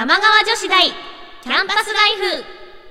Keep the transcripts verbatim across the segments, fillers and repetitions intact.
玉川女子大キャンパスライフ。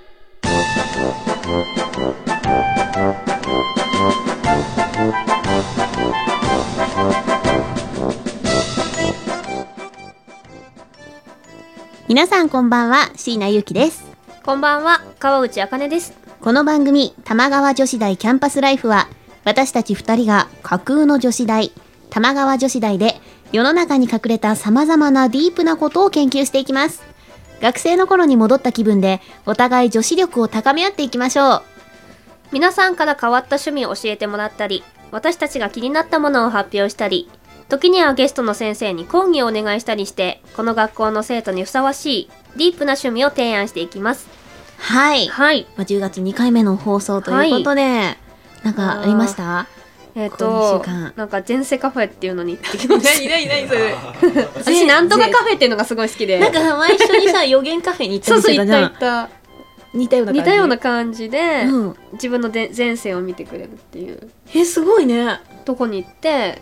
皆さんこんばんは、椎名ゆきです。 こんばんは、川内あかねです。 この番組玉川女子大キャンパスライフは、私たちふたりが架空の女子大玉川女子大で世の中に隠れた様々なディープなことを研究していきます。学生の頃に戻った気分でお互い女子力を高め合っていきましょう。 皆さんから変わった趣味を教えてもらったり、私たちが気になったものを発表したり、時にはゲストの先生に講義をお願いしたりして、この学校の生徒にふさわしいディープな趣味を提案していきます。 はい、 はい、 まあ、じゅうがつにかいめの放送ということで、はい、なんかありました？ えっとなんか前世カフェっていうのに行ってきました。 何何何それ私なんとかカフェっていうのがすごい好きで、 なんか前一緒にさ予言カフェに行ったりしてたじゃん。 そうそう、行った行った似たような感じ似たような感じで、 うん、 自分ので前世を見てくれるっていうえすごいねとこに行って、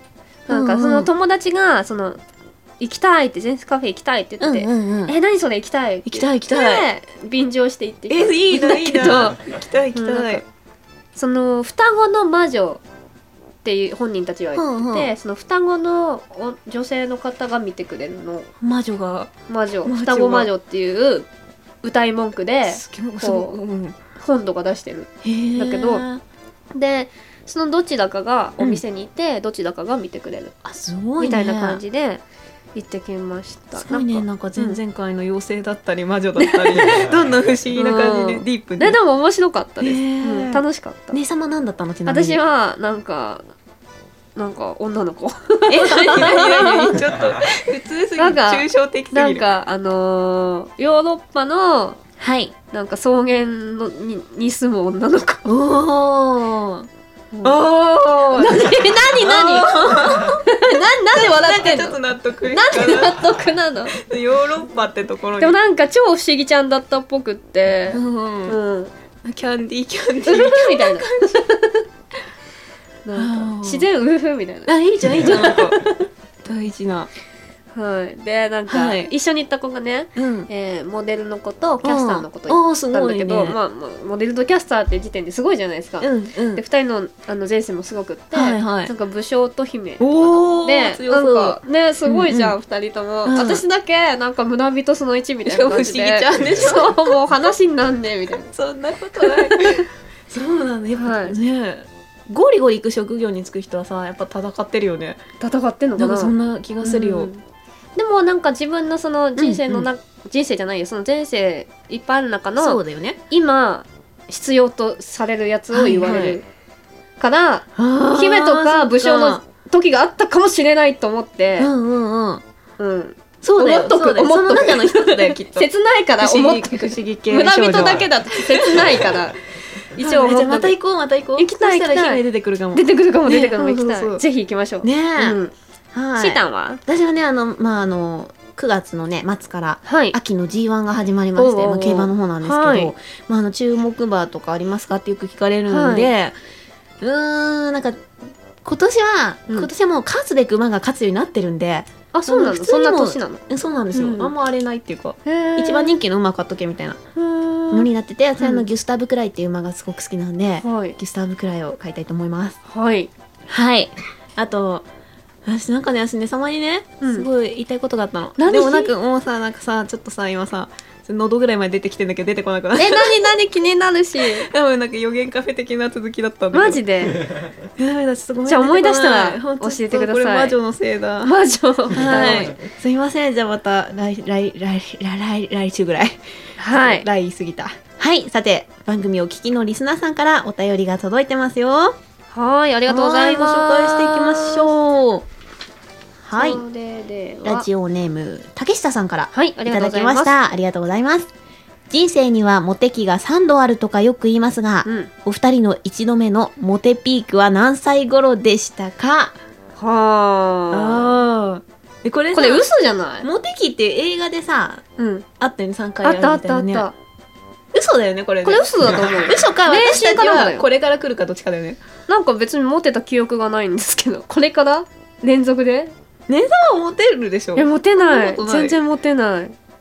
なんかその友達がその行きたいって前世カフェ行きたいって言ってて、うんうんうん、え何それ行きたいって行きたい行きたい便乗して行ってきた。 えいいないいな行きたい行きたい。 その双子の魔女っていう本人たちは言ってて、うんうん、その双子の女性の方が見てくれるの。 魔女が魔女双子魔女っていう歌い文句でこう、うん、本とか出してるんだけど、でそのどちらかがお店にいて、うん、どちらかが見てくれる、 あすごいねみたいな感じで行ってきました。 すごいね、なんか前々回の妖精だったり魔女だったり、うん、どんどん不思議な感じで、うん、ディープで。 でも面白かったです、うん、楽しかった。 姉様なんだったの？ちなみに私はなんかなんか女の子え何何何ちょっと普通すぎる、抽象的すぎる。 なんかあのー、ヨーロッパのはいなんか草原の に, に住む女の子。 おーおーなになになになんで笑ってんの？ ちょっと納得なんで納得なの？ ヨーロッパってところに。 でもなんか超不思議ちゃんだったっぽくって、 うんうん、キャンディーキャンディーみたいななんか自然ウーフみたいな。 あいいじゃんいいじゃんなんか大事な。 はい、でなんか、はい、一緒に行った子がね、うんえー、モデルの子とキャスターの子と行ったんだけど、ねまあ、モデルとキャスターって時点ですごいじゃないですか、うんうん、でふたり の, あの前世もすごくって、はいはい、なんか武将と姫おでなんかねすごいじゃん、うんうん、ふたりとも、うん、私だけなんか村人そのいちみたいな感じで不思議ちゃんでしょそうもう話になんねえみたいなそんなことないそうなんだやっぱね、はいゴリゴリ行く職業に就く人はさやっぱ戦ってるよね。 戦ってんのかな。 なんかそんな気がするよ、うん、 でもなんか自分のその人生のな、うんうん、人生じゃないよその前世いっぱいある中のそうだよね今必要とされるやつを言われる、はいはい、から姫とか武将の時があったかもしれないと思ってうんうんうんうんそうだよ思っとくそうだよ思っとくその中の一つだよきっと切ないから思っとく不思議系村人だけだと切ないから一応思っとくまた行こうまた行こう行きたいそしたら姫出てくるかも出てくるかも出てくるかも、 ね、 行きたいそうそうそうぜひ行きましょうねえ、 うんはい、 シータンは私はねあのまああのくがつのね末からはい秋の ジーワン が始まりまして、まあ、競馬の方なんですけど、 はいまあ、あの注目馬とかありますかってよく聞かれるんで、はい、うーんなんか今年は、うん、今年はもう勝つべく馬が勝つようになってるんであそうなのそんな年なのそうなんですよ、 うん、 あんま荒れないっていうか一番人気の馬買っとけみたいなのになってて、それのギュスターブクライっていう馬がすごく好きなんで、うん、ギュスターブクライを買いたいと思います。 はいはいあと私なんかね私ねさまにねすごい言いたいことがあったの、 うん、 でもなんかもうさなんかさちょっとさ今さ喉ぐらいまで出てきてんだけど出てこなくなってえ何何気になるしでもなんか予言カフェ的な続きだったんだけどマジでやばいだちょっとごめんじゃあ思い出したら教えてください。 これ魔女のせいだ魔女はいすいませんじゃあまた来来来来来週ぐらいはい来言い過ぎたはいさて番組をお聞きのリスナーさんからお便りが届いてますよ。 はいありがとうございます。 ご紹介していきましょう。はい、 それではラジオネーム竹下さんから、 はい、ありいがとうございました。 だきました。ありがとうございます。人生にはモテ期がさんどあるとかよく言いますが、うん、お二人の一度目のモテピークは何歳頃でしたか？ はあでこれこれ嘘じゃない？ モテ期って映画でさ、うん、あったよねさんかいあるみたいなね。 あったあったあった嘘だよねこれね。 これ嘘だと思う。 嘘か私たちはこれから来るかどっちかだよね。 なんか別にモテた記憶がないんですけどこれから連続で姉さんはモテるでしょ。 いやモテない全然モテない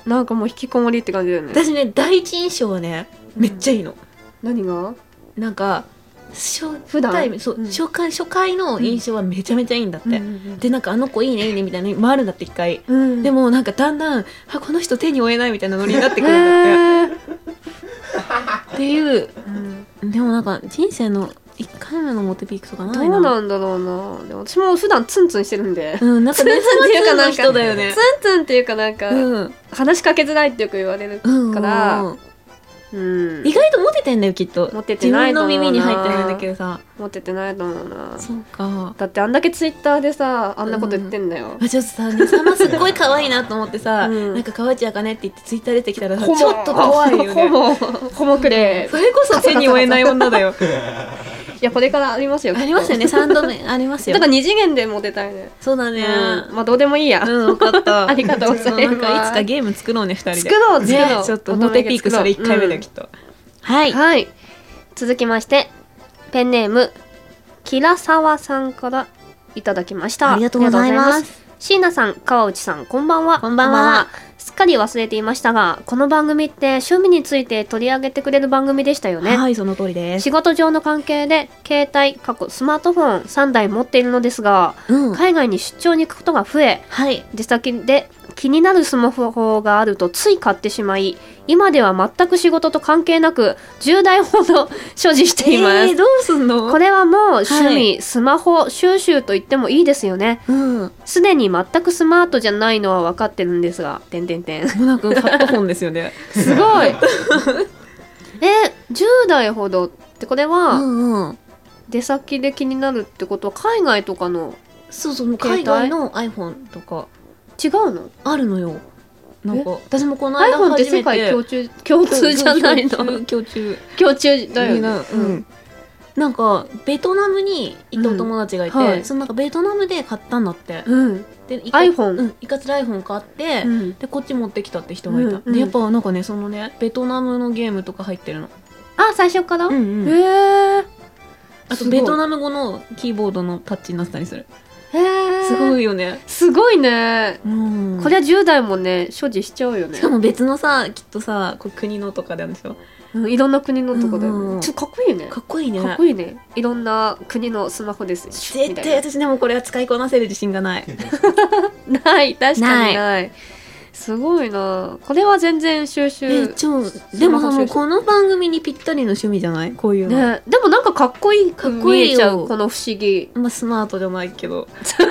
なんかもう引きこもりって感じだよね。 私ね第一印象はねめっちゃいいの、うん、 何がなんか初普段そう、うん、初回初回の印象はめちゃめちゃいいんだって、うん、でなんかあの子いいねいいねみたいなの回るんだって一回、うん、でもなんかだんだんあこの人手に負えないみたいなノリになってくるんだってっていう、うん、でもなんか人生のいっかいめのモテピークとかないな。 どうなんだろうな。でも私も普段ツンツンしてるんで、 うん、なんかねツンツンっていうかなんか人だよね。 ツンツンっていうかなんか、うん、話しかけづらいってよく言われるから、うんうんうん、意外とモテてんだよきっと。 モテてないと思うな。 自分の耳に入ってるんだけどさモテてないと思うな。 そうか。 だってあんだけツイッターでさあんなこと言ってんだよ、 うん、ちょっとさねさますっごい可愛いなと思ってさ、うん、なんか河内あかねって言ってツイッター出てきたらさちょっと怖いよね。 ホモホモくれ。 それこそ手に負えない女だよ。 いやこれからありますよ。 ありますよねさんどめありますよ。 だからに次元でモテたいね。 そうだね、 うん、まあどうでもいいや。 うん分かった。 ありがとうございます。 なんかいつかゲーム作ろうねふたりで。 作ろう作ろう、 ね、ちょっとモテピークそれいっかいめだよ、うん、きっと。 はい、はい、続きましてペンネームキラサワさんからいただきました。 ありがとうございます。 椎名さん川内さんこんばんは。 こんばんは。 すっかり忘れていましたがこの番組って趣味について取り上げてくれる番組でしたよね。 はいその通りです。 仕事上の関係で携帯過去スマートフォンさんだい持っているのですが、うん、海外に出張に行くことが増え、はい、出先で気になるスマホがあるとつい買ってしまい今では全く仕事と関係なくじゅうだいほど所持しています、 えー、どうすんの。 これはもう趣味、はい、スマホ収集と言ってもいいですよね。すで、うん、に全くスマートじゃないのは分かってるんですがてんてんてんもうなんかファットフォンですよね。 すごいえじゅうだいほどってこれは、うんうん、出先で気になるってことは海外とかのそうそう海外の iPhone とか違うのあるのよ。なんか私もこの間 iPhone って世界共通共通じゃないの。 共通共通だよね、 うん、なんかベトナムに行ったお友達がいて、うんはい、そのなんかベトナムで買ったんだって、うん、で iPhone、 うん、いかつら iPhone 買って、うん、でこっち持ってきたって人がいた、うんうん、でやっぱなんかねそのねベトナムのゲームとか入ってるの。 あ最初から、うんうん、へえ。 あとベトナム語のキーボードのタッチになってたりする。へーすごいよね。 すごいね、うん、これはじゅうだいもね所持しちゃうよね。 しかも別のさきっとさこう国のとかであるんでしょ、 うん、いろんな国のとかで、うん、ちょっとかっこいいね。 かっこいいねかっこいいね。いろんな国のスマホです。 絶対私でもこれは使いこなせる自信がない。 ない確かにない。すごいな。これは全然収集。 え超でもさもうこの番組にぴったりの趣味じゃないこういうの、 ね、でもなんかかっこいいかっこいい見えちゃうこの不思議。 まあスマートじゃないけど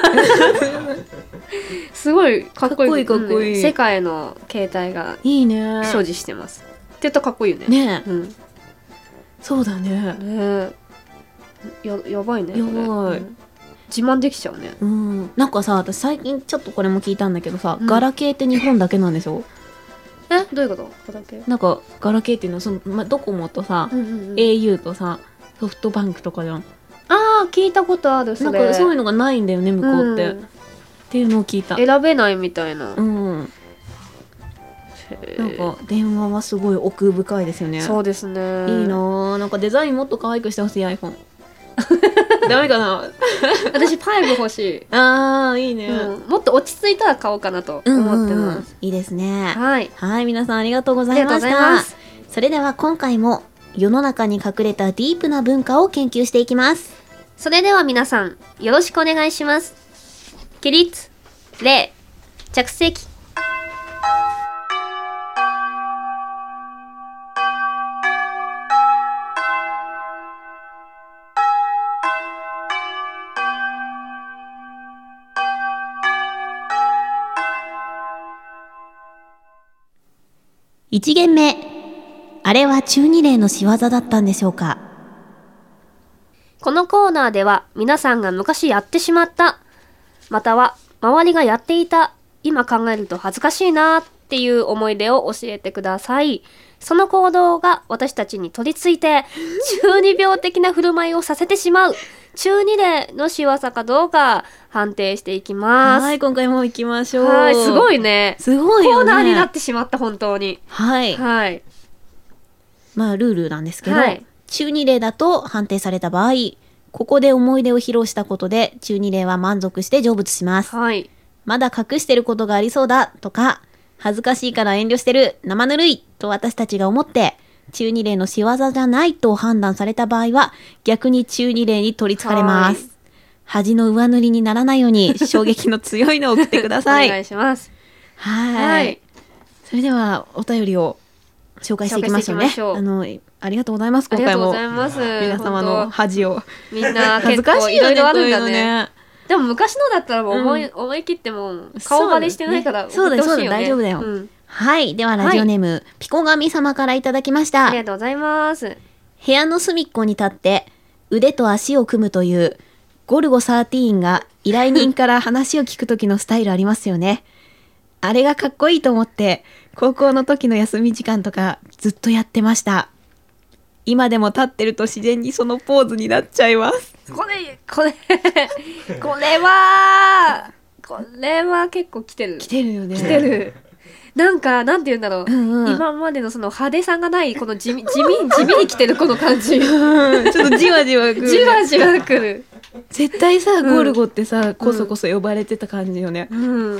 すごいかっこいいかっこいいかっこいい、 世界の携帯がいいね所持してますって言ったらかっこいいよね。 ね、 うん、 そうだね。 ねややばいね。 やばい、 うん、自慢できちゃうね。 うん、なんかさ私最近ちょっとこれも聞いたんだけどさ、うん、ガラケーって日本だけなんでしょ。 えどういうこと？ガラケーなんかガラケーっていうのはその、ま、ドコモとさ、うんうんうん、エーユー とさソフトバンクとかじゃん。 あー聞いたことある。それなんかそういうのがないんだよね向こうって、うん、っていうのを聞いた。 選べないみたいな。 うんなんか電話はすごい奥深いですよね。 そうですね。 いいな。なんかデザインもっと可愛くしてほしい iPhone。ダメかな。 私ファイブ欲しい。 あーいいね、 うん、もっと落ち着いたら買おうかなと思ってます、うんうんうん、 いいですね。 はいはい皆さんありがとうございました。それでは今回も世の中に隠れたディープな文化を研究していきます。 それでは皆さんよろしくお願いします。起立礼着席。 一限目、あれは中二例の仕業だったんでしょうか。 このコーナーでは皆さんが昔やってしまった、または周りがやっていた、今考えると恥ずかしいなっていう思い出を教えてください。その行動が私たちに取り付いて中二病的な振る舞いをさせてしまう中二例の仕業かどうか判定していきます。 はい今回も行きましょう。 はいすごいね。 すごいよね。 コーナーになってしまった本当に。 はいはいまあルールなんですけど、はい、中二例だと判定された場合ここで思い出を披露したことで中二例は満足して成仏します。 はい、 まだ隠してることがありそうだとか恥ずかしいから遠慮してる、生ぬるいと私たちが思って、中二例の仕業じゃないと判断された場合は、逆に中二例に取り憑かれます。恥の上塗りにならないように、衝撃の強いのを送ってください。 お願いします。 はいはい。それでは、お便りを紹介していきましょうね。あの、ありがとうございます。 今回も。ありがとうございます。 皆様の恥を。 みんな結構いろいろあるんだね。でも昔のだったらもう思い、うん、思い切っても顔バレしてないからそうだ、ね、そうだ、大丈夫だよ。うん、はい。では、ラジオネーム、はい、ピコガミ様からいただきました。 ありがとうございます。 部屋の隅っこに立って、腕と足を組むという、ゴルゴじゅうさんが依頼人から話を聞くときのスタイルありますよね。あれがかっこいいと思って、高校の時の休み時間とかずっとやってました。今でも立ってると自然にそのポーズになっちゃいます。 これ、これ、これは、これは結構来てる。 来てるよね。 来てる。なんか、なんて言うんだろう。うんうん、今までのその派手さがない、この地味、地味、地味に来てるこの感じ。 うん、ちょっとじわじわくる。 じわじわくる。 絶対さ、ゴルゴってさ、うん、こそこそ呼ばれてた感じよね。 うん。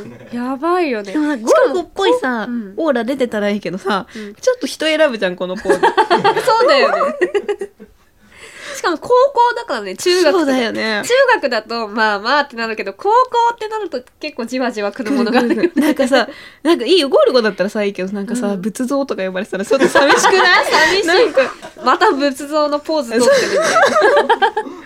やばいよね。 でもゴルゴっぽいさ、うん、オーラ出てたらいいけどさ、うん、ちょっと人選ぶじゃん、このポーズ。 そうだよね。しかも高校だからね、中学そうだよね。 中学だとまあまあってなるけど、高校ってなると結構じわじわくるものがあるよね。 なんかさ、なんかいいよ、ゴルゴだったらさいいけど、なんかさ、うん、仏像とか呼ばれてたらちょっと寂しくない寂しい。なんかまた仏像のポーズ取ってるみたいな。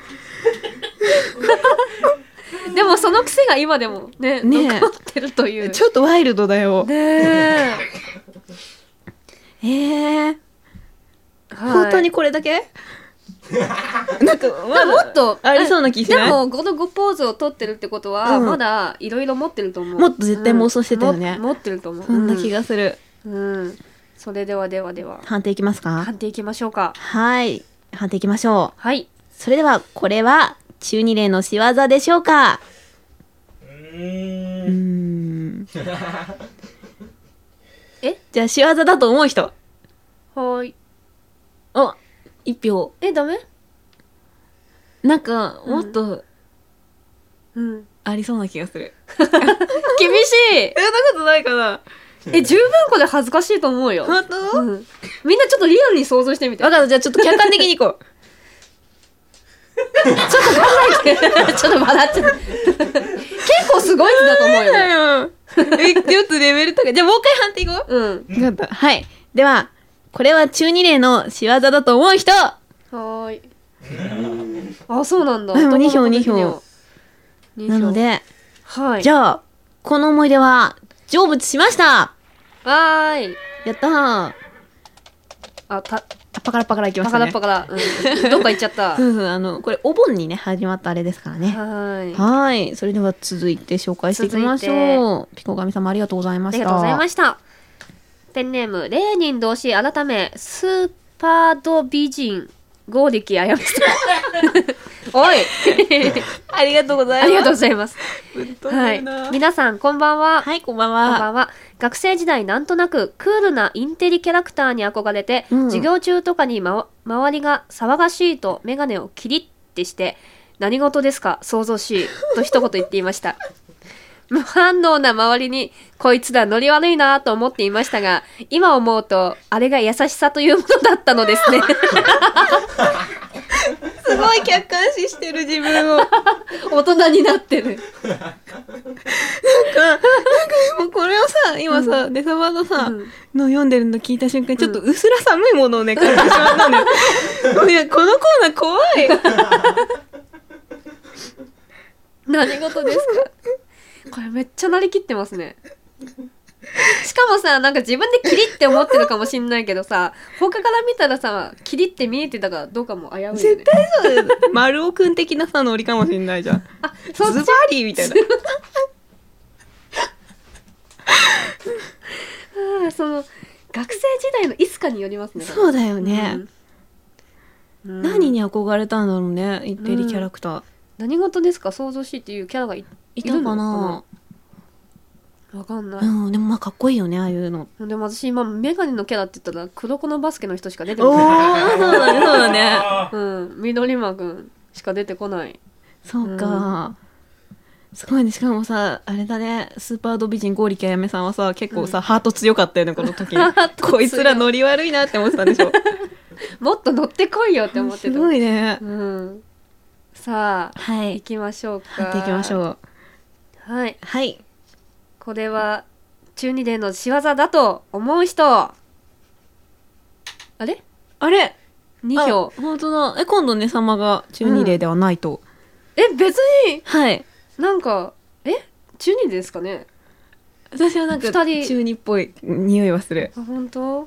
でもその癖が今でもね、ね残ってるという。 ちょっとワイルドだよ。 ねえ。 えー、本当にこれだけ？なんかまだもっとありそうな気しない？ でもこのごポーズを取ってるってことは、うん、まだいろいろ持ってると思う。 もっと絶対妄想してたよね。 うん、持ってると思う。 そんな気がする。 うん。うん、それではではでは。 判定いきますか？ 判定いきましょうか。 はい。判定いきましょう。 はい。 それではこれは中二例の仕業でしょうか？うーん。え？じゃあ仕業だと思う人。はーい。 お、一票。 え、ダメ？ なんかもっと、 うん、 ありそうな気がする。 厳しい。 え、そんなことないかな。 え、十分これ恥ずかしいと思うよ。 本当？ うん。みんなちょっとリアルに想像してみて。 わかった、じゃあちょっと客観的にいこう。 ちょっと笑ってちょっと笑っちゃう。結構すごい人だと思うよ。 え、ちょっとレベル高い。じゃあもう一回判定いこう。 うん。 分かった。はい。では、これは中二例の仕業だと思う人。はーい。あ、そうなんだ。 に票に票。なので、 はい。 じゃあ、この思い出は成仏しました。 わーい。 やったー。 あ、た、 パカラパカラいきましたね。 パカラパカラ。うん、どっか行っちゃった。 そうそう、あの、これお盆にね、始まったあれですからね。 はい。 はい。それでは続いて紹介していきましょう。ピコガミ様ありがとうございました。 ありがとうございました。ペンネーム、レーニン同士改め、スーパード美人、剛力あやめさん。おいありがとうございます。 ありがとうございます。はい。皆さん、こんばんは。 はい、こんばんは。 こんばんは。学生時代なんとなくクールなインテリキャラクターに憧れて、うん、授業中とかに、ま、周りが騒がしいとメガネをキリッてして何事ですか想像しいと一言言っていました。無反応な周りにこいつらノリ悪いなと思っていましたが、今思うとあれが優しさというものだったのですね。 すごい客観視してる自分を。 大人になってる。 なんか、なんかもうこれをさ、今さ、うん、ネサバのさ、うん、の読んでるの聞いた瞬間、ちょっとうすら寒いものをね、感じてしまったんだよ。いや、このコーナー怖い。 何事ですか？これめっちゃなりきってますね。しかもさ、なんか自分でキリって思ってるかもしんないけどさ、他から見たらさ、キリって見えてたかどうかも危ういよね。 絶対そうだよ。丸尾くん的なさノリかもしんないじゃん。 あ、そっちズバリみたいな。 あ、その学生時代のいつかによりますね。 そうだよね。うん、何に憧れたんだろうね、インテリキャラクター。うん、 何事ですか想像しいっていうキャラが い, いたかな。 わかんない。 うん、でもまあかっこいいよね、ああいうの。 でも私今メガネのキャラって言ったら黒子のバスケの人しか出てこない。 おー、そうだね、そうだね。 うん、緑間くんしか出てこない。 そうか。 すごいね。しかもさ、あれだね、スーパード美人剛力あやめさんはさ、結構さ、うん、ハート強かったよね、この時。こいつらノリ悪いなって思ってたんでしょ。 もっと乗ってこいよって思ってた。 すごいね。 うん、さあ、はい、行きましょうか。 やっていきましょう。 はい。 はい。 これは、中二例の仕業だと思う人。あれあれに票。 本当だ。え、今度ね様が中二例ではないと。 うん、え、別にはい。 なんか、え中二ですかね。 私はなんか中二っぽい匂いはする。 あ、本当？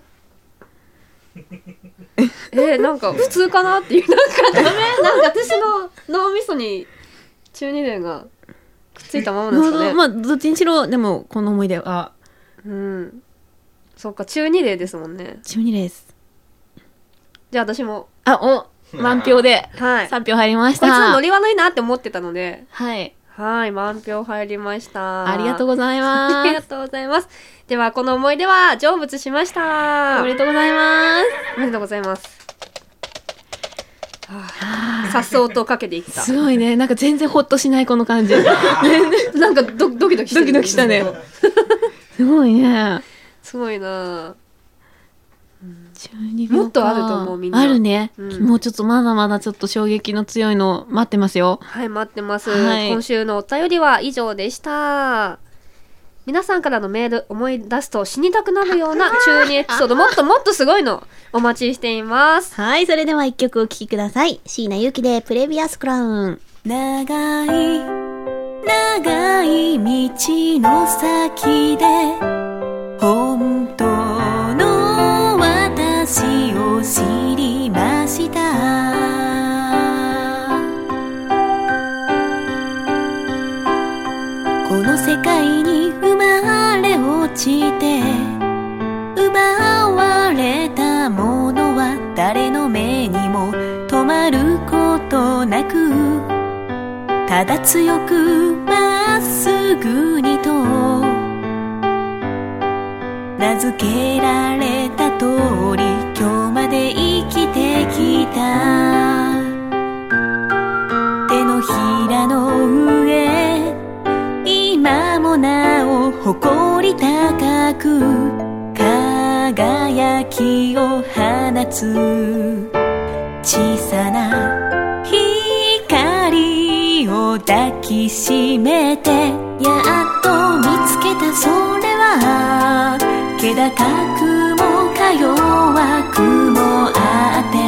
え、なんか普通かなっていう、なんかダメなんか私の脳みそに中二例がくっついたままなんですかね。 まあどっちにしろでもこの思い出は、 うん、そうか、中二例ですもんね。 中二例です。 じゃあ私も、 あ、お満票でさん票入りました。 こいつノリ悪いなって思ってたので、 はいはい、満票入りました。 ありがとうございます。 ありがとうございます。では、この思い出は成仏しました。 おめでとうございます。 おめでとうございます。さっそうとかけていった。 すごいね。なんか全然ホッとしないこの感じ。 なんかドドキドキした。 ドキドキしたね。すごいね。 すごいな。 じゅうにびょうもっとあると思う、みんな。 あるね、 うん、 もうちょっとまだまだちょっと衝撃の強いの待ってますよ。 はい、待ってます、はい、今週のお便りは以上でした。皆さんからのメール、思い出すと死にたくなるような中二エピソード、もっともっとすごいのお待ちしています。 はい、それでは一曲お聴きください。椎名結希でプレビアスクラウン。 長い長い道の先で本当の私を知りました。この世界に生まれ落ちて奪われたものは誰の目にも止まることなく、ただ強くまっすぐにと名付けられた通り今日まで生きてきた。手のひらの上今もなお誇り高く輝きを放つ小さな光を抱きしめて、やっと見つけたそれは気高くもか弱くもあって、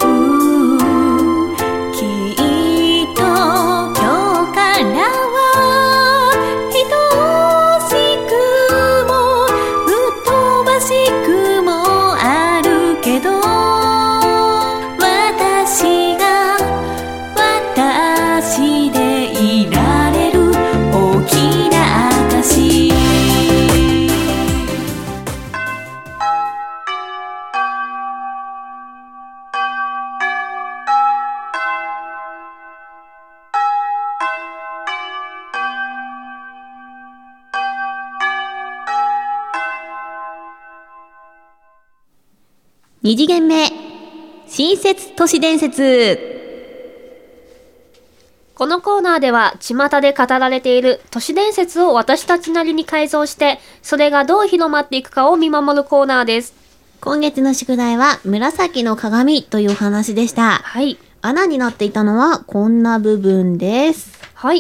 うきっと今日からは愛しくもうっとばしくもあるけど、私が私でいられる大きな証。 二次元目新設都市伝説。 このコーナーでは巷で語られている都市伝説を私たちなりに改造して、それがどう広まっていくかを見守るコーナーです。 今月の宿題は紫の鏡というお話でした。 はい。 穴になっていたのはこんな部分です。 はい。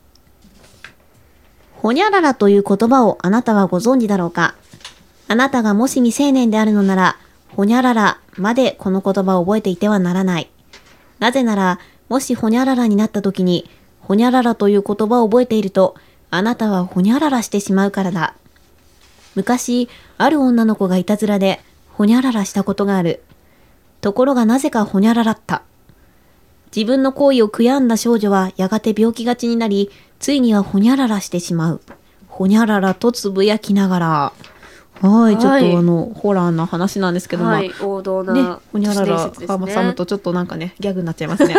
ほにゃららという言葉をあなたはご存知だろうか。あなたがもし未成年であるのなら、ほにゃららまでこの言葉を覚えていてはならない。なぜなら、もしほにゃららになった時に、ほにゃららという言葉を覚えていると、あなたはほにゃららしてしまうからだ。昔、ある女の子がいたずらで、ほにゃららしたことがある。ところがなぜかほにゃららった。自分の行為を悔やんだ少女はやがて病気がちになり、ついにはほにゃららしてしまう。ほにゃららとつぶやきながら。はい、はい、ちょっとあのホラーな話なんですけども、はい、 王道な、 ね、ほにゃらら挟むとちょっとなんかねギャグになっちゃいますね。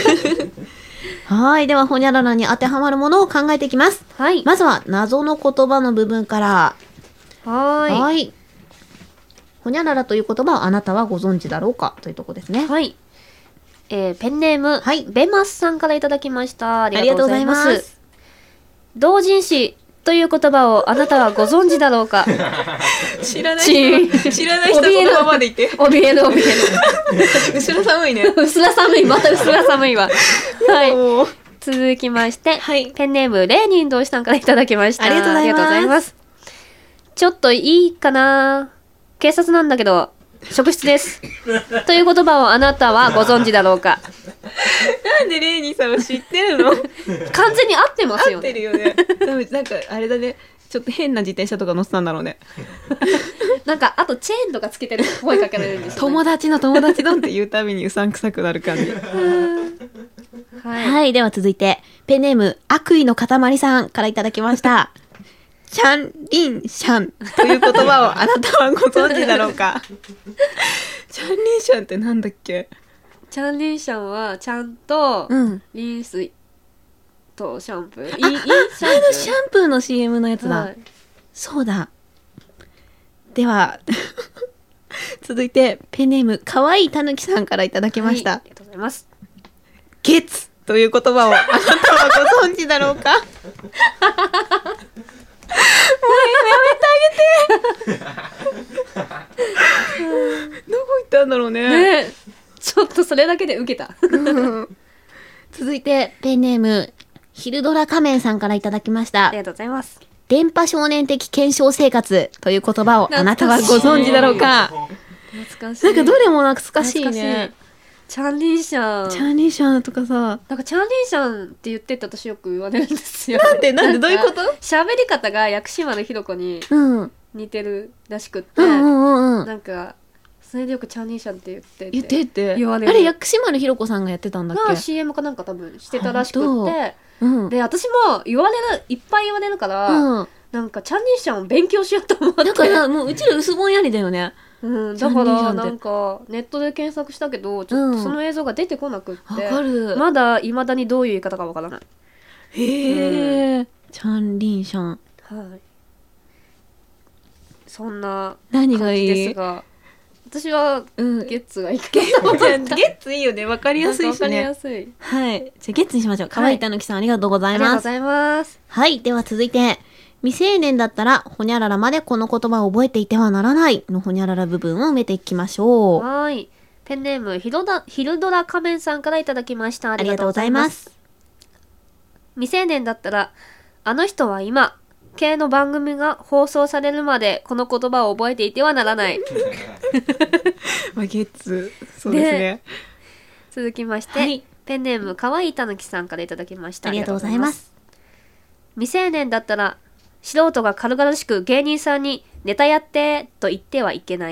はい、ではほにゃららに当てはまるものを考えていきます。 はい、 まずは謎の言葉の部分から。 はい、 はい、ほにゃららという言葉をあなたはご存知だろうかというところですね。 はい、 えー、ペンネーム、 はい、 ベマスさんからいただきました。ありがとうございます。 ありがとうございます。 同人誌という言葉をあなたはご存知だろうか。 知らない人知らない人のままでいて。 怯える怯える。 うすら寒いね。 うすら寒い、またうすら寒いわ。はい。続きまして、 はい、 ペンネームレーニン同士さんからいただきました。 ありがとうございます。ありがとうございます。 ちょっといいかな。警察なんだけど職質ですという言葉をあなたはご存知だろうか。 なんでレイニーさんは知ってるの？ 完全に合ってますよね。 合ってるよね。なんかあれだね、ちょっと変な自転車とか乗ってたんだろうね。 なんかあとチェーンとかつけてる声かけられるんですよ、ね、 友達の友達ドンって言うたびにうさんくさくなる感じ。 はい、はい、では続いてペンネーム悪意の塊さんからいただきました。チャンリンシャンという言葉をあなたはご存知だろうか。 チャンリンシャンってなんだっけ？ チャンリンシャンはちゃんとリンスとシャンプー、うん、いいシャンプー、シャンプーの シーエム のやつだ、はい、そうだ。では続いてペンネームかわいいたぬきさんからいただきました、 はい、ありがとうございます。 ゲツという言葉をあなたはご存知だろうか。もうやめてあげて。 どこ行ったんだろうね。 ね、ちょっとそれだけでウケた。 続いてペンネームヒルドラ仮面さんからいただきました。 ありがとうございます。 電波少年的検証生活という言葉をあなたはご存知だろうか。 懐かしい。 なんかどれも懐かしいね。 チャンリンシャンチャンリンシャンとかさ、 なんかチャンリンシャンって言ってって私よく言われるんですよ。 なんでなんでどういうこと？ 喋り方が薬師丸ひろ子に似てるらしくって、 うんうんうんうん、 なんかそれでよくチャンリンシャンって言ってって言ってって言われる。 あれ薬師丸ひろ子さんがやってたんだっけ？ が シーエム かなんか多分してたらしくって、うん、で私も言われるいっぱい言われるから、うん、なんかチャンリンシャンを勉強しようと思って。 だからもううちら薄ぼんやりだよね。 うん、だからなんかネットで検索したけどちょっとその映像が出てこなくって、 うん、 まだいまだにどういう言い方かわからない。 へえ、うん、チャンリンシャン、 はい、そんな何がいいですが、私はゲッツがいいかな。ゲッツいいよね、わかりやすいしね。わかりやすい。 はい、じゃあゲッツにしましょう。かわいいたぬきさん、ありがとうございます。 ありがとうございます。 はい、では続いて未成年だったらほにゃららまでこの言葉を覚えていてはならないのほにゃらら部分を埋めていきましょう。 はい、ペンネームヒロダヒルドラ仮面さんからいただきました。ありがとうございます。未成年だったらあの人は今系の番組が放送されるまでこの言葉を覚えていてはならない。 まあゲッツそうですね。 続きまして、はい、ペンネームかわいいたぬきさんからいただきました。 ありがとうございます。 未成年だったら素人が軽々しく芸人さんにネタやってと言ってはいけない。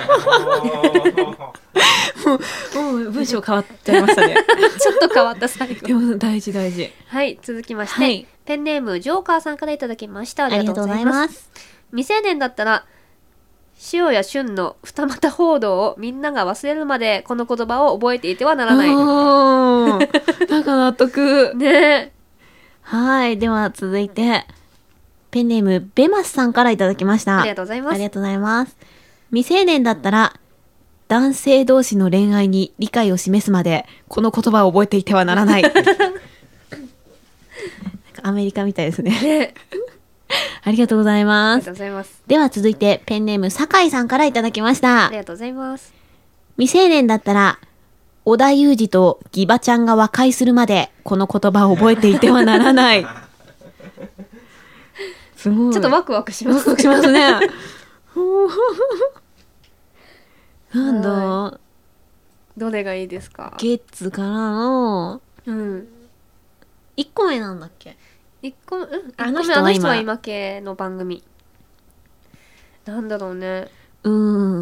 もう、もう文章変わっちゃいましたね。 ちょっと変わった最後。 でも大事大事。 はい、続きまして、 はい、 ペンネームジョーカーさんからいただきました。ありがとうございます。未成年だったら塩や旬の二股報道をみんなが忘れるまでこの言葉を覚えていてはならない。 おー、なんか納得。 ね。 はい、では続いてペンネームベマスさんからいただきました。 ありがとうございます。 ありがとうございます。未成年だったら男性同士の恋愛に理解を示すまでこの言葉を覚えていてはならない。なんかアメリカみたいですね。 ねありがとうございます。 ありがとうございます。 では続いてペンネーム酒井さんからいただきました。 ありがとうございます。 未成年だったら織田裕二とギバちゃんが和解するまでこの言葉を覚えていてはならない。 すごい。ちょっとワクワクします。 ワクワクしますね。なんだ。 どれがいいですか？ ゲッツからの、うん。いっこめなんだっけ？ いっこめ、うん。あの人は今、あの人は今系の番組。なんだろうね。 うん。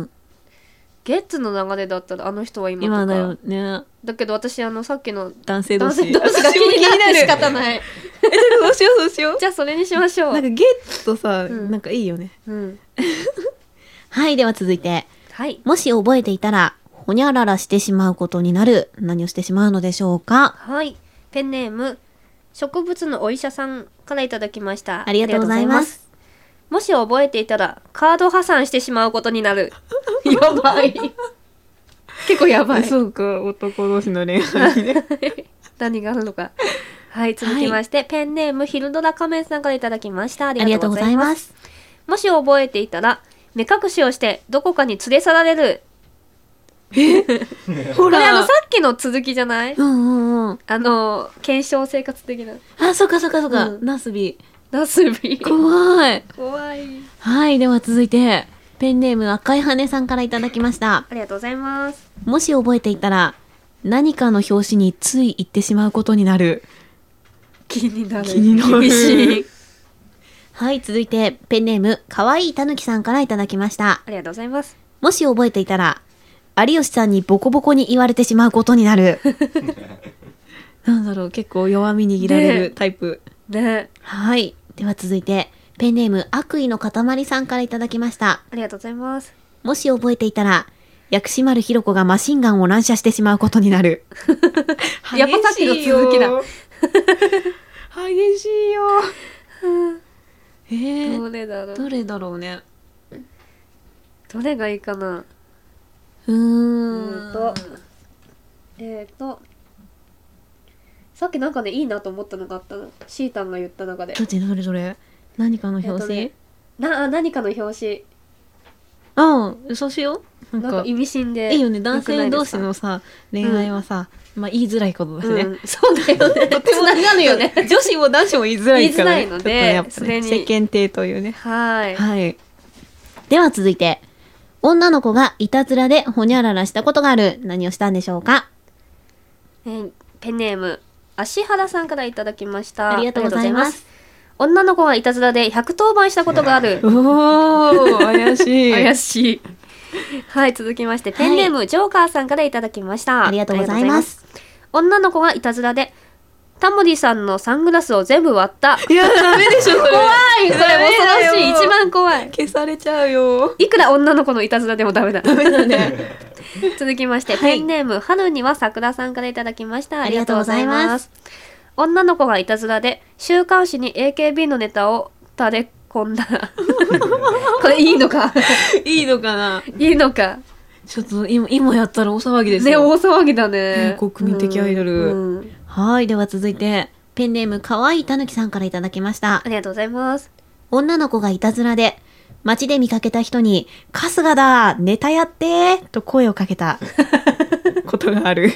ゲッツの流れだったらあの人は今とか。 今だよね。 だけど私あのさっきの男性同士。 男性同士が気になって仕方ない。 え、どうしようそうしよう。 じゃあそれにしましょう。 なんかゲッツとさ、うん、なんかいいよね。 うん。 はい、では続いて。 はい。 もし覚えていたら、ほにゃららしてしまうことになる。何をしてしまうのでしょうか？ はい。ペンネーム、植物のお医者さんからいただきました。 ありがとうございます。 もし覚えていたら、カード破産してしまうことになる。やばい。 結構やばい。 そうか、男同士の恋愛ね。 何があるのか。はい、続きまして、はい、ペンネームヒルドラ仮面さんからいただきました。ありがとうございます。もし覚えていたら、目隠しをしてどこかに連れ去られる。 えほら、 これあのさっきの続きじゃない？ うんうんうん。 あの検証生活的な。 あ、そっかそっかそっか。うん、ナスビ。 ナスビ。 怖い。 怖い。 はい、では続いてペンネーム赤い羽さんからいただきました。 ありがとうございます。 もし覚えていたら、何かの表紙につい言ってしまうことになる。 気になる。 気になる。 厳しい。 はい、続いてペンネームかわいいたぬきさんからいただきました。 ありがとうございます。 もし覚えていたら、有吉さんにボコボコに言われてしまうことになる。 なんだろう、結構弱み握られるタイプ。 ね。ね。 はい。では続いて、ペンネーム悪意の塊さんからいただきました。 ありがとうございます。 もし覚えていたら、薬師丸ひろ子がマシンガンを乱射してしまうことになる。 やっぱさっきの続きだ。 激しいよ。 えー、どれだろう。 どれだろうね。 どれがいいかな。 うーん。 えーと、えーと、さっきなんかね、いいなと思ったのがあったの。シータンが言った中で。 どっちどれどれ何かの表紙、えーね、 な、何かの表紙。 ああ、そうしよう。なんか意味深で。 いいよね、男性同士のさ、恋愛はさ、うん、まあ言いづらいことだしね。うん、 そうだよね。とても長るよね。 女子も男子も言いづらいから、ね。 言いづらいので、ね、それに。 世間体というね。 はい。 はい。 では続いて、女の子がいたずらでほにゃららしたことがある。何をしたんでしょうか？ えー、ペンネーム、芦原さんからいただきました。 ありがとうございます。 女の子がいたずらでひゃくとおばんしたことがある。 おー、怪しい。 怪しい。はい、続きまして、ペンネーム、はい、ジョーカーさんからいただきました。 ありがとうございます。 女の子がいたずらで、タモリさんのサングラスを全部割った。 いや、ダメでしょ、それ。 怖い、これ恐ろしい。一番怖い。 消されちゃうよ。 いくら女の子のいたずらでもダメだ。 ダメだね。 続きまして、はい、ペンネーム、春には桜さんからいただきました。 ありがとうございます。 女の子がいたずらで、週刊誌に エーケービー のネタを垂れ込んだ。これいいのかいいのかないいのか。 ちょっと今、今やったら大騒ぎですよ。 ね、大騒ぎだね。 国民的アイドル。うんうん、 はい、では続いて、ペンネームかわいいたぬきさんからいただきました。 ありがとうございます。 女の子がいたずらで、街で見かけた人に、春日だネタやってと声をかけたことがある。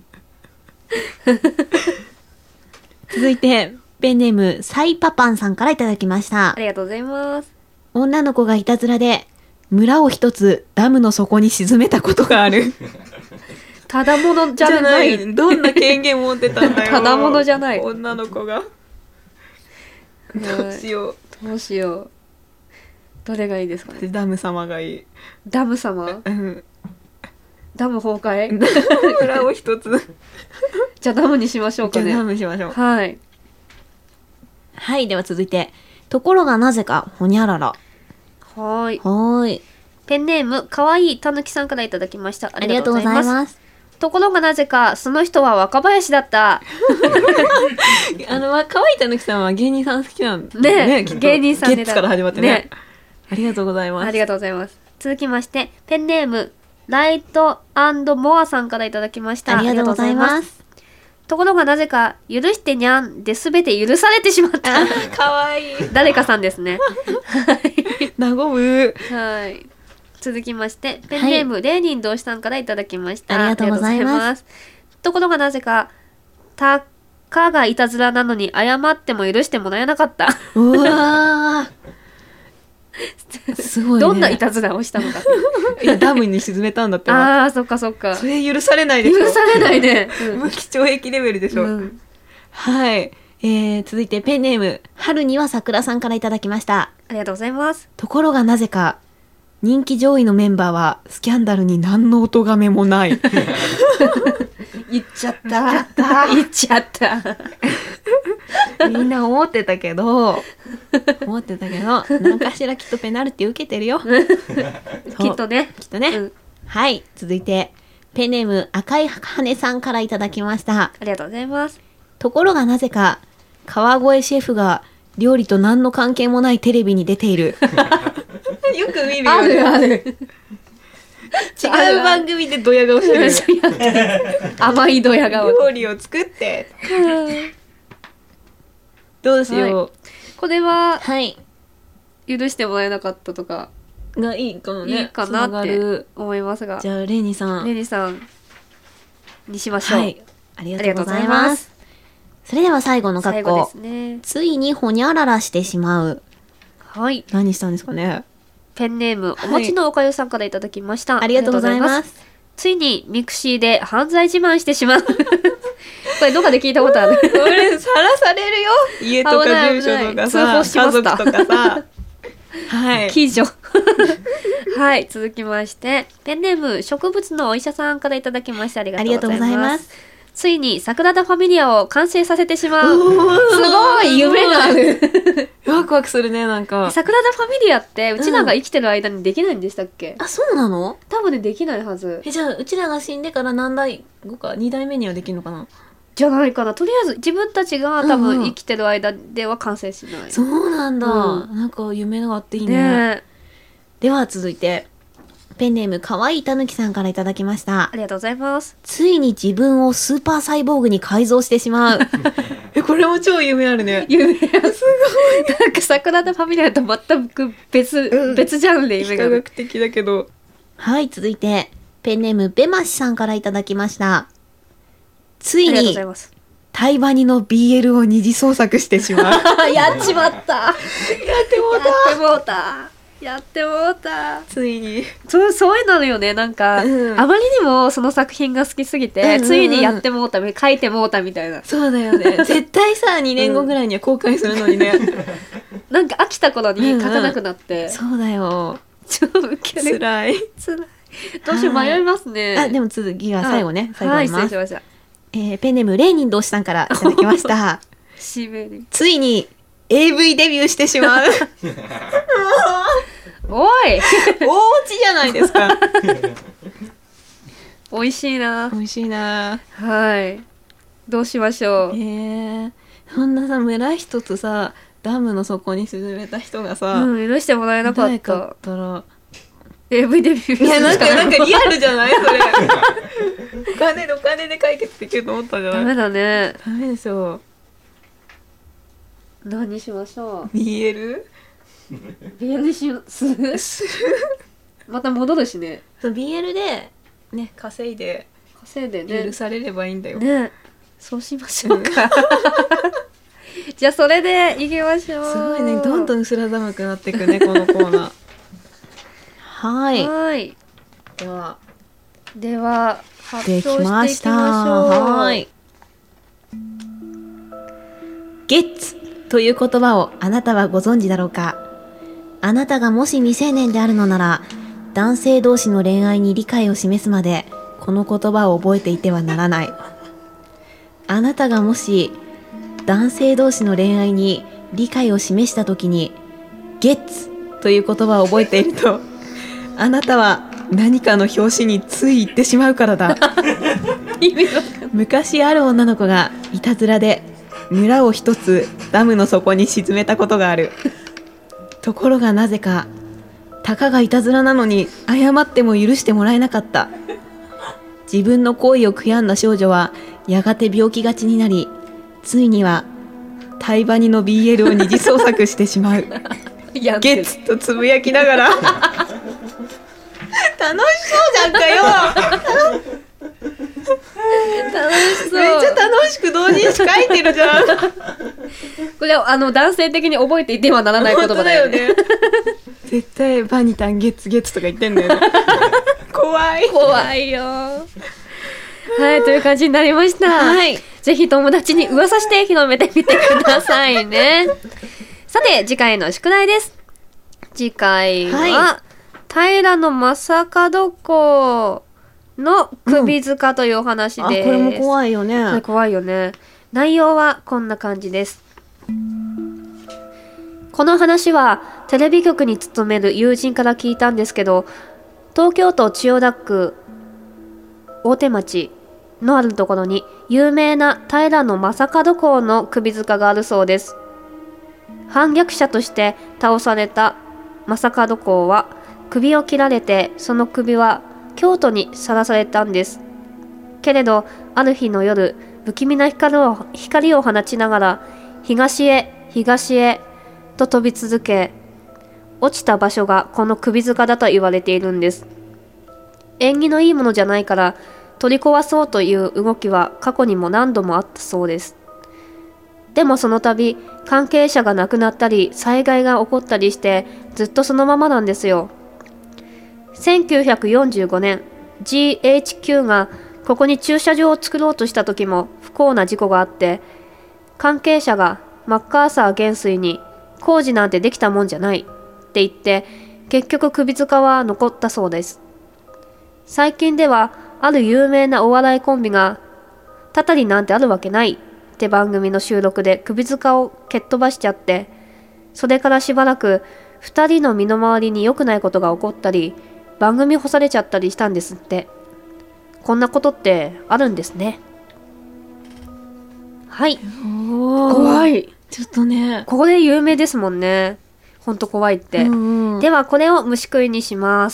続いて、ペンネームサイパパンさんからいただきました。 ありがとうございます。 女の子がいたずらで、村を一つダムの底に沈めたことがある。 ただものじゃない。じゃない。 どんな権限持ってたんだよ。 ただものじゃない。 女の子が。どうしよう。 どうしよう。どれがいいですかね。 ダム様がいい。 ダム様？うん。ダム崩壊？ 村を一つ。 じゃあダムにしましょうかね。 じゃあダムしましょう。 はい。 はい、では続いて、ところがなぜかほにゃらら。 はい。 はい。 ペンネームかわいいたぬきさんからいただきました。 ありがとうございます。ますところがなぜかその人は若林だった。 あのかわいいたぬきさんは芸人さん好きなんね。ね、芸人さんでゲッツから始まってね。ね、ありがとうございます。 ありがとうございます。続きましてペンネームライト&モアさんからいただきました。 ありがとうございます。 ところがなぜか許してにゃんで全て許されてしまった。 かわいい。 誰かさんですね。 はい。和む。 はい。続きましてペンネーム、はい、レーニン同士さんからいただきました。 ありがとうございます。 ところがなぜかたかがいたずらなのに謝っても許してもらえなかった。 うわすごいね。 どんないたずらをしたのか。 いやダムに沈めたんだって。 ああそっかそっか。 それ許されないでしょ。 許されないね。 無期懲役レベルでしょ。うん、はい、えー、続いてペンネーム春には桜さんからいただきました。 ありがとうございます。 ところがなぜか人気上位のメンバーはスキャンダルに何のお咎めもない。 言っちゃった。言っちゃった。 みんな思ってたけど、思ってたけど、何かしらきっとペナルティ受けてるよ。 きっとね。 きっとね、うん。はい、続いてペンネーム赤い羽さんからいただきました。 ありがとうございます。 ところがなぜか川越シェフが料理と何の関係もないテレビに出ている。 よく見るよね。 あるある。 違う番組でドヤ顔してる甘いドヤ顔料理を作ってどうしよう、はい、 これは、 はい、 許してもらえなかったとかがいいかもね、 いいかなって思いますが、 じゃあレニさんレニさんにしましょう。 はい、ありがとうございます。 それでは最後の括弧です、ね、 ついにほにゃららしてしまう。 はい、 何したんですかね。 ペンネームおもちのおかゆさんからいただきました、 はい、ありがとうございます。 ついにミクシーで犯罪自慢してしまうこれどっかで聞いたことあるこれさらされるよ家とか住所とかさ家族とかさはい記事はい続きましてペンネーム植物のお医者さんからいただきましてありがとうございます。ついにサグラダ・ファミリアを完成させてしまう。すごい夢があるワクワクするね。なんかサグラダ・ファミリアってうちらが生きてる間にできないんでしたっけ、 うん、あ、そうなの。 多分ねできないはず。 え、じゃあうちらが死んでから何代後かに代目にはできるのかな。 じゃないかな。とりあえず自分たちが多分生きてる間では完成しない、うんうん、 そうなんだ、うん、なんか夢があっていい ね, ねでは続いてペンネームかわいいたぬきさんからいただきました。 ありがとうございます。 ついに自分をスーパーサイボーグに改造してしまうえ、これも超夢あるね。 夢すごいなんか桜田ファミリアと全く別、うん、別ジャンルで夢がある。 非科学的だけど。 はい、続いてペンネームベマシさんからいただきました。ついにタイバニの ビーエル を二次創作してしまうやっちまったやってもうたやってもうたやってもうたついにそう、そういうのよね。なんか、うん、あまりにもその作品が好きすぎて、うんうんうん、ついにやってもうた書いてもうたみたいな。 そうだよね絶対さにねんごぐらいには公開するのにね、うん、 なんか飽きた頃に書かなくなって、 うんうん、そうだよ超ウケる。 つらいつらいどうしよう迷いますね。 あ、でも続きが最後ね、最後はい、失礼しました。 えー、ペンネームレーニン同士さんからいただきましたしべりついに エーブイ デビューしてしまうおいお家じゃないですか美味しいな美味しいな。 はいどうしましょう。 えー、そんなさ村一つさダムの底に沈めた人がさ、 うん、許してもらえなかった。 誰かったらエーブイ デビュー。 いやなんかなんかリアルじゃないそれお金でお金で解決できると思ったじゃない。 ダメだね。 ダメでしょ。 何しましょう。 ビーエル？ ビーエル にしすまた戻るしね。 そう ビーエル でね稼いで稼いでね許されればいいんだよね。そうしましょうか、うん、じゃあそれでいきましょう。 すごいねどんどん薄ら寒くなっていくねこのコーナーはい。 はい。 では、 では発表していきましょう。はい。 ゲッツという言葉をあなたはご存知だろうか。あなたがもし未成年であるのなら、男性同士の恋愛に理解を示すまで、この言葉を覚えていてはならない。あなたがもし男性同士の恋愛に理解を示したときに、ゲッツという言葉を覚えていると、あなたは何かの拍子につい行ってしまうからだ昔ある女の子がいたずらで村を一つダムの底に沈めたことがある。ところがなぜかたかがいたずらなのに謝っても許してもらえなかった。自分の行為を悔やんだ少女はやがて病気がちになり、ついにはタイバニの ビーエル を二次創作してしまうゲッツとつぶやきながら楽しそうじゃんかよ楽しそう。 めっちゃ楽しく同人誌書いてるじゃんこれはあの男性的に覚えていてはならない言葉だよね。 絶対バニタンゲツゲツとか言ってんだよね怖い怖いよはいという感じになりました、 はい、 ぜひ友達に噂して広めてみてくださいねさて次回の宿題です。次回は、はい、平将門公の首塚というお話です、うん、 あこれも怖いよね。 怖いよね。内容はこんな感じです。この話はテレビ局に勤める友人から聞いたんですけど、東京都千代田区大手町のあるところに有名な平将門公の首塚があるそうです。反逆者として倒された正門公は首を切られて、その首は京都にさらされたんです。けれどある日の夜、不気味な光を光を放ちながら東へ東へと飛び続け、落ちた場所がこの首塚だと言われているんです。縁起のいいものじゃないから取り壊そうという動きは過去にも何度もあったそうです。でもその度関係者が亡くなったり災害が起こったりしてずっとそのままなんですよ。せんきゅうひゃくよんじゅうごねん ジーエイチキュー がここに駐車場を作ろうとした時も不幸な事故があって、関係者がマッカーサー元帥に工事なんてできたもんじゃないって言って結局首塚は残ったそうです。最近ではある有名なお笑いコンビがたたりなんてあるわけないって番組の収録で首塚を蹴っ飛ばしちゃって、それからしばらくふたりの身の回りに良くないことが起こったり番組干されちゃったりしたんですって。こんなことってあるんですね。はい。 怖い。ちょっとね。 これ有名ですもんね。ほんと怖いって。うんうん、ではこれを虫食いにします。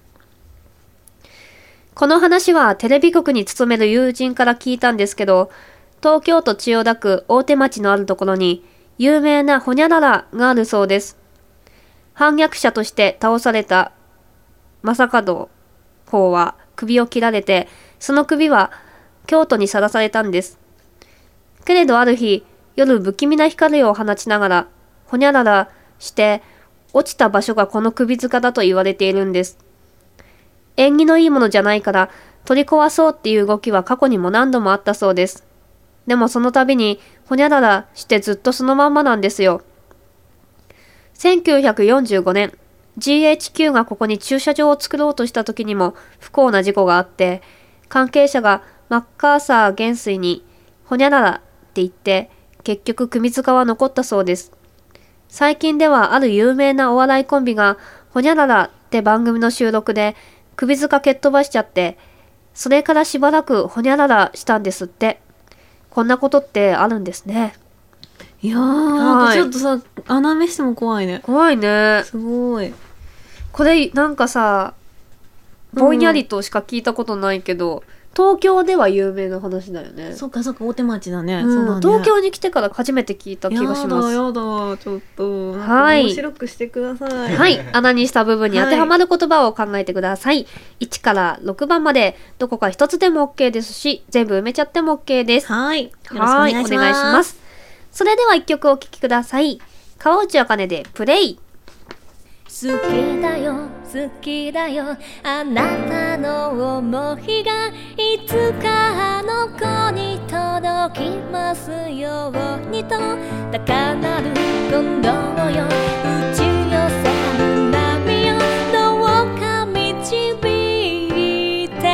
この話はテレビ局に勤める友人から聞いたんですけど、東京都千代田区大手町のあるところに有名なホニャララがあるそうです。反逆者として倒された正門公は首を切られて、その首は京都にさらされたんです。けれどある日、夜不気味な光を放ちながら、ほにゃららして落ちた場所がこの首塚だと言われているんです。縁起のいいものじゃないから取り壊そうっていう動きは過去にも何度もあったそうです。でもその度にほにゃららしてずっとそのまんまなんですよ。せんきゅうひゃくよんじゅうごねん、ジーエイチキュー がここに駐車場を作ろうとした時にも不幸な事故があって、関係者がマッカーサー元帥にほにゃららって言って結局首塚は残ったそうです。最近ではある有名なお笑いコンビがほにゃららって番組の収録で首塚蹴っ飛ばしちゃって、それからしばらくほにゃららしたんですって。こんなことってあるんですね。 いやー、はい、ちょっとさ、穴目しても怖いね。 怖いね。 すごい。 これなんかさ、ぼんやりとしか聞いたことないけど、うん、東京では有名な話だよね。 そっかそっか、大手町だね。 うん、 そうだね。 東京に来てから初めて聞いた気がします。 やだやだ、ちょっと。はい。面白くしてください。 はい。穴にした部分に当てはまる言葉を考えてください。はい、いちからろくばんまで、どこか一つでも OK ですし、全部埋めちゃっても OK です。 はい。よろしくお願いします。お願いします。それでは一曲お聴きください。川内茜でプレイ。 好きだよ好きだよあなたの想いがいつかあの子に届きますようにと高鳴る今度よ打ち寄せる波よどうか導いて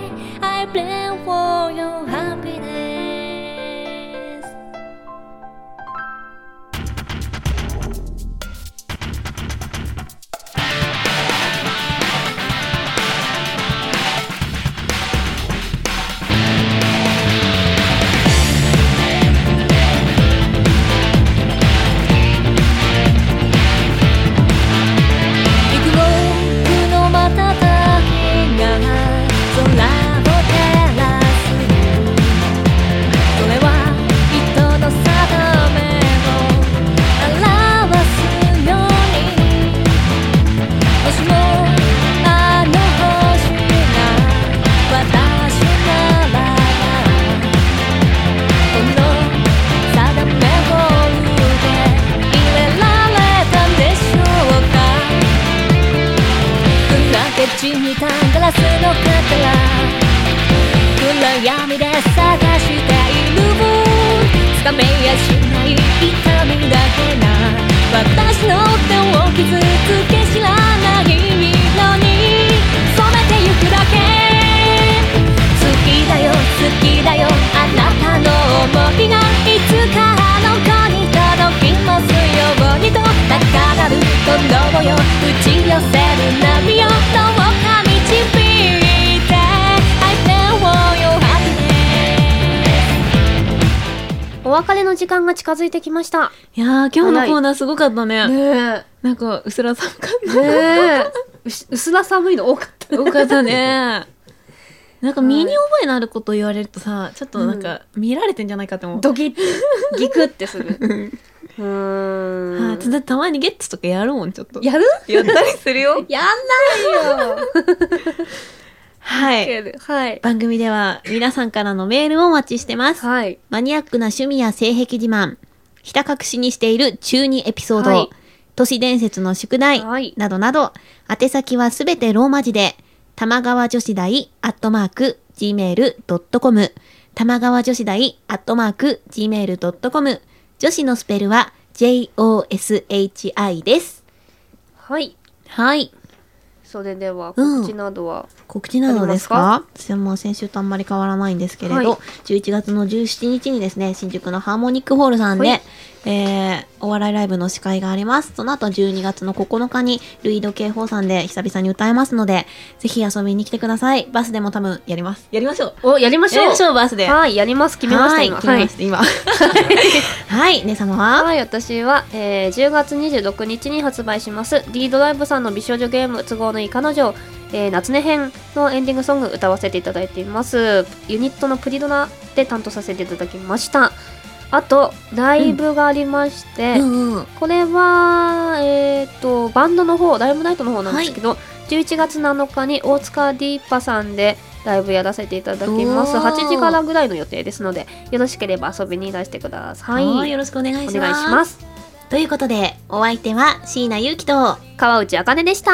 I pray for your happiness。地にたガラスのかから暗闇で探しているつかめやしない痛みだけが私の手を傷つけ知らないのに染めてゆくだけ好きだよ好きだよあなたの想いがいつかあの子に届きますようにと高鳴る鼓動よ打ち寄せる波よどうか導いて I pray for your happiness。 お別れの時間が近づいてきました。 いやー今日のコーナーすごかったね。 ねえ、 なんかうすら寒かったねえうすら寒いの多かったよかったね。なんか身に覚えのあること言われるとさ、ちょっとなんか見られてんじゃないかって思う。 ドキッギクってする。うーん。 はあ、たたまにゲッツとかやるもん、ちょっと。 やる？ やったりするよ。 やんないよ。 はい。 はい。 番組では皆さんからのメールをお待ちしてます。 はい。 マニアックな趣味や性癖自慢、ひた隠しにしている中二エピソード、はい、都市伝説の宿題、はい、などなど、宛先はすべてローマ字で、玉川女子大アットマーク ジーメールドットコム 玉川女子大アットマーク ジーメールドットコム 女子のスペルは ジェイオーエスエイチアイ です。 はい。 はい。 それでは告知などは、うん、 告知などですか？私はもう先週とあんまり変わらないんですけれど、はい、じゅういちがつのじゅうしちにちにですね、新宿のハーモニックホールさんで、はい、えー、お笑いライブの司会があります。その後じゅうにがつのここのかにルイード警報さんで久々に歌えますので、ぜひ遊びに来てください。バスでも多分やります。やりましょう。 お、やりましょう。 やりましょう、バスで。 はい、やります。決めました、今。 決めました、今。はい、姉様は？ はい、私は、えー、じゅうがつにじゅうろくにちに発売します、リードライブさんの美少女ゲーム、都合のいい彼女、えー、夏音編のエンディングソング歌わせていただいています。ユニットのプリドラで担当させていただきました。あとライブがありまして、うんうんうん、これはえっ、ー、とバンドの方、ライブナイトの方なんですけど、はい、じゅういちがつなのかに大塚ディーパさんでライブやらせていただきます。はちじからぐらいの予定ですので、よろしければ遊びにいらしてください。 はい、よろしくお願いします。 お願いします。 ということで、お相手は椎名ゆうきと川内あかねでした。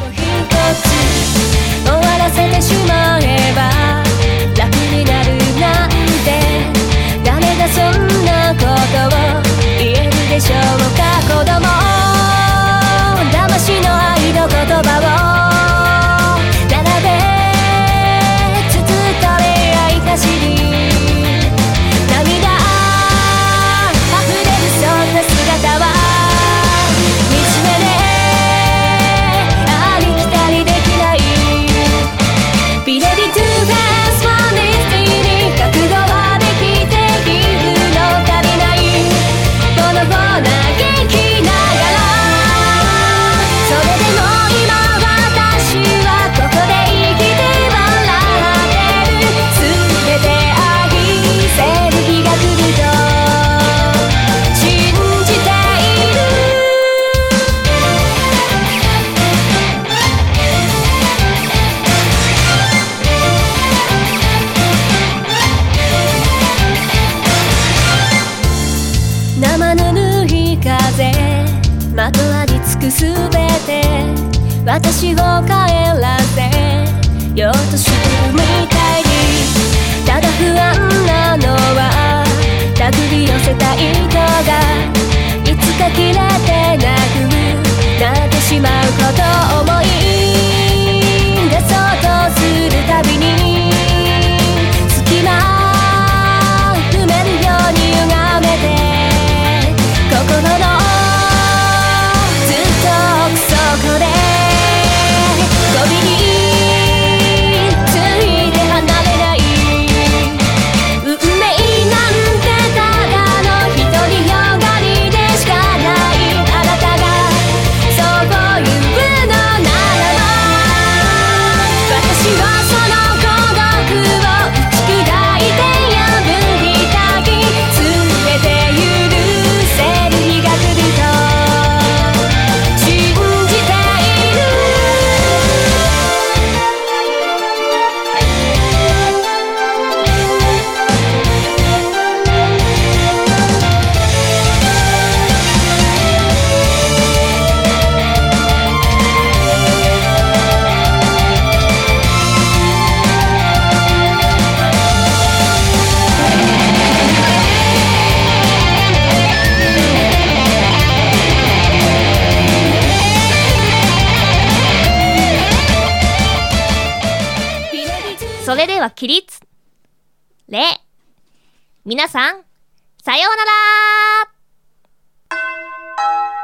終わらせてしまえば楽になるなんて、誰がそんなことを言えるでしょうか。子供騙しの愛の言葉を並べつつと恋愛歌詞に涙溢れるそんな姿は惨めでありきたりできない。Be ready to dance one day に覚悟はできているの足りない。ボロボロ嘆きながら、それでも今私はここで生きて笑ってる。全て愛せる日が来ると信じている。生ぬるい風まとわりつくすべて私を帰らせようとしてるみたいに、ただ不安なのは手繰り寄せた糸がいつか切れてなくなってしまうことを思い出そうとするたびに隙間埋めるように歪めて心のずっと奥底でゴミについて離れない。運命なんてただの独りよがりでしかない。あなたがそう言うのならば私はその孤独を打ち砕いて破りたい。全て許せる日が来ると信じている。 それでは起立礼。皆さんさようなら。